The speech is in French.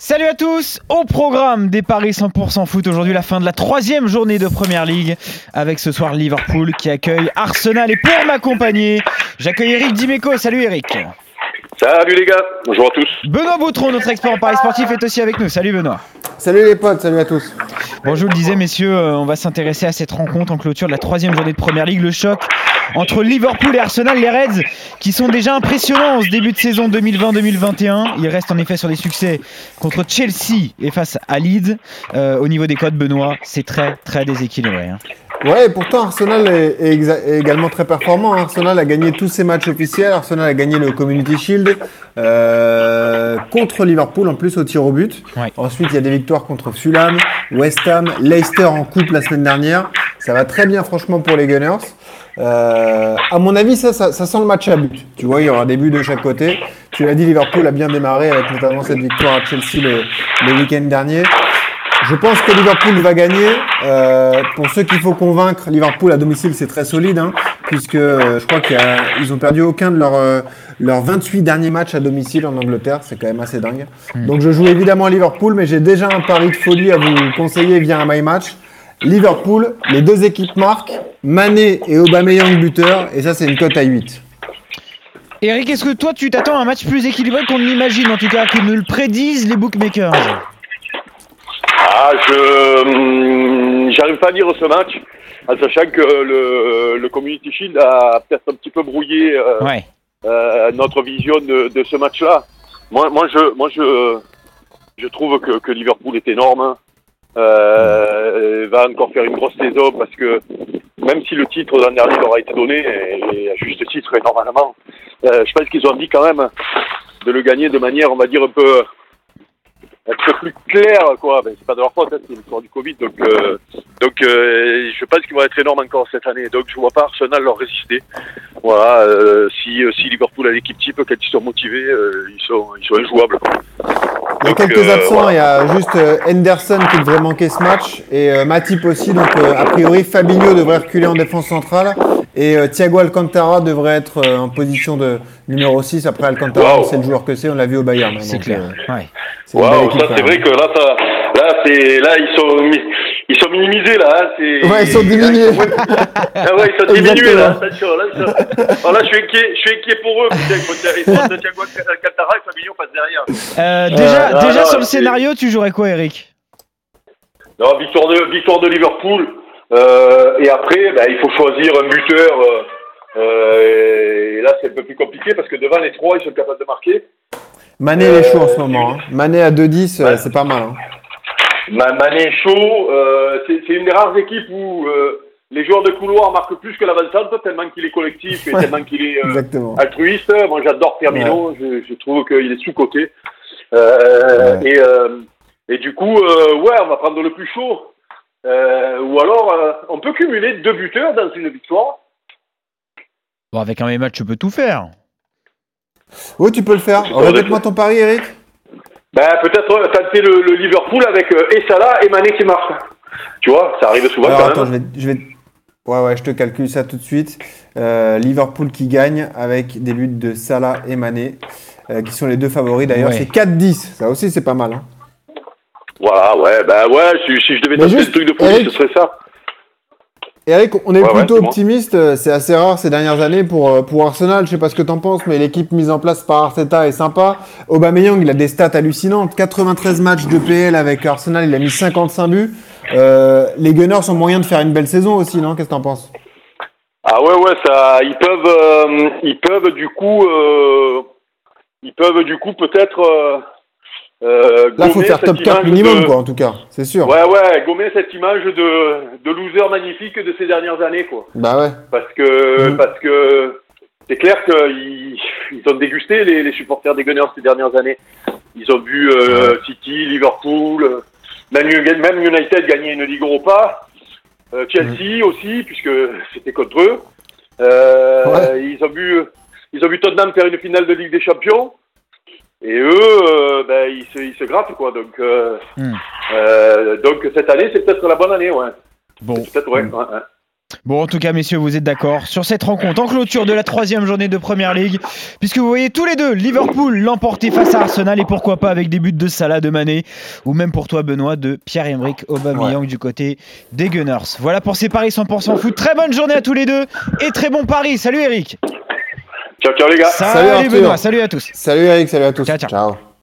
Salut à tous, au programme des Paris 100% foot. Aujourd'hui la fin de la 3e journée de Première Ligue avec ce soir Liverpool qui accueille Arsenal. Et pour m'accompagner, j'accueille Eric Dimeco. Salut Eric. Salut les gars, bonjour à tous. Benoît Boutron, notre expert en Paris sportif, est aussi avec nous. Salut Benoît. Salut les potes, salut à tous. Bon, je vous le disais messieurs, on va s'intéresser à cette rencontre en clôture de la 3e journée de Première Ligue. Le choc entre Liverpool et Arsenal, les Reds qui sont déjà impressionnants en ce début de saison 2020-2021. Ils restent en effet sur des succès contre Chelsea et face à Leeds. Au niveau des codes, Benoît, c'est très très déséquilibré. Ouais, et pourtant Arsenal est également très performant. Arsenal a gagné tous ses matchs officiels. Arsenal a gagné le Community Shield contre Liverpool en plus au tir au but. Ouais. Ensuite, il y a des victoires contre Fulham, West Ham, Leicester en coupe la semaine dernière. Ça va très bien franchement pour les Gunners. À mon avis, ça sent le match à but. Tu vois, il y aura des buts de chaque côté. Tu l'as dit, Liverpool a bien démarré avec notamment cette victoire à Chelsea le week-end dernier. Je pense que Liverpool va gagner. Pour ceux qu'il faut convaincre, Liverpool à domicile c'est très solide, puisque je crois qu'ils ont perdu aucun de leurs 28 derniers matchs à domicile en Angleterre. C'est quand même assez dingue. Donc je joue évidemment à Liverpool, mais j'ai déjà un pari de folie à vous conseiller via un My Match. Liverpool, les deux équipes marquent, Mané et Aubameyang buteur, et ça c'est une cote à 8. Eric, est-ce que toi tu t'attends à un match plus équilibré qu'on ne l'imagine, en tout cas que ne le prédisent les bookmakers? J'arrive pas à lire ce match, en sachant que le Community Shield a peut-être un petit peu brouillé notre vision de ce match-là. Moi, je trouve que Liverpool est énorme. Va encore faire une grosse saison parce que même si le titre l'an dernier leur a été donné, et à juste titre et normalement, je pense qu'ils ont envie quand même de le gagner de manière, on va dire, un peu plus claire, quoi. Ben, c'est pas de leur faute, c'est l'histoire du Covid, donc je pense qu'ils vont être énormes encore cette année. Donc je vois pas Arsenal leur résister. Voilà, si Liverpool a l'équipe type, quand ils sont motivés, ils sont injouables. Il y a quelques absents, il y a juste Henderson qui devrait manquer ce match et Matip aussi, donc a priori Fabinho devrait reculer en défense centrale et Thiago Alcantara devrait être en position de numéro 6. Après Alcantara, c'est le joueur que c'est, on l'a vu au Bayern. C'est donc, clair. C'est vrai que là ils sont minimisés là. Ouais, ils sont diminués. Ils sont diminués là. Attention, là je suis inquiet pour eux. Putain, Thiago Alcantara et Fabinho passent derrière. Déjà sur le scénario, tu jouerais quoi, Eric? Non, victoire de Liverpool. Et après, il faut choisir un buteur. Et là, c'est un peu plus compliqué parce que devant les trois, ils sont capables de marquer. Mané est chaud en ce moment. Mané à 2-10, c'est pas mal. Mané est chaud. C'est une des rares équipes où les joueurs de couloir marquent plus que l'avant-centre, tellement qu'il est collectif et tellement qu'il est altruiste. Moi, j'adore Firmino. Ouais. Je trouve qu'il est sous-coté. Et du coup, on va prendre le plus chaud. Ou alors, on peut cumuler 2 buteurs dans une victoire. Bon, avec un même match, tu peux tout faire. Oui, tu peux le faire. Répète-moi ton pari, Eric. Peut-être tenter le Liverpool avec Salah et Mané qui marquent. Tu vois, ça arrive souvent. Alors, attends, je te calcule ça tout de suite. Liverpool qui gagne avec des buts de Salah et Mané, qui sont les deux favoris d'ailleurs. C'est 4-10. Ça aussi, c'est pas mal. Voilà, si je devais tenter ce truc de folie, ce serait ça. Eric, on est plutôt optimiste. C'est assez rare ces dernières années pour Arsenal. Je sais pas ce que t'en penses, mais l'équipe mise en place par Arteta est sympa. Aubameyang, il a des stats hallucinantes. 93 matchs de PL avec Arsenal, il a mis 55 buts. Les Gunners ont moyen de faire une belle saison aussi, non? Qu'est-ce que t'en penses? Ah ça, ils peuvent du coup peut-être. Là, faut faire top 4 minimum, quoi, en tout cas, c'est sûr. Gommer cette image de loser magnifique de ces dernières années, quoi. Bah ouais. Parce que c'est clair qu'ils ont dégusté les supporters des Gunners ces dernières années. Ils ont vu City, Liverpool, même United gagner une Ligue Europa, Chelsea aussi, puisque c'était contre eux. Ils ont vu Tottenham faire une finale de Ligue des Champions. Et eux, ils se grattent, quoi. Donc cette année, c'est peut-être la bonne année, ouais. Bon. Peut-être, Bon, en tout cas, messieurs, vous êtes d'accord sur cette rencontre en clôture de la 3e journée de Premier League, puisque vous voyez tous les deux Liverpool l'emporter face à Arsenal, et pourquoi pas avec des buts de Salah, de Mané, ou même pour toi, Benoît, de Pierre-Emerick Aubameyang du côté des Gunners. Voilà pour ces paris 100% foot. Très bonne journée à tous les deux et très bon pari. Salut Eric. Ciao les gars. Salut Benoît, salut à tous. Salut Eric, salut à tous. Ciao. Ciao.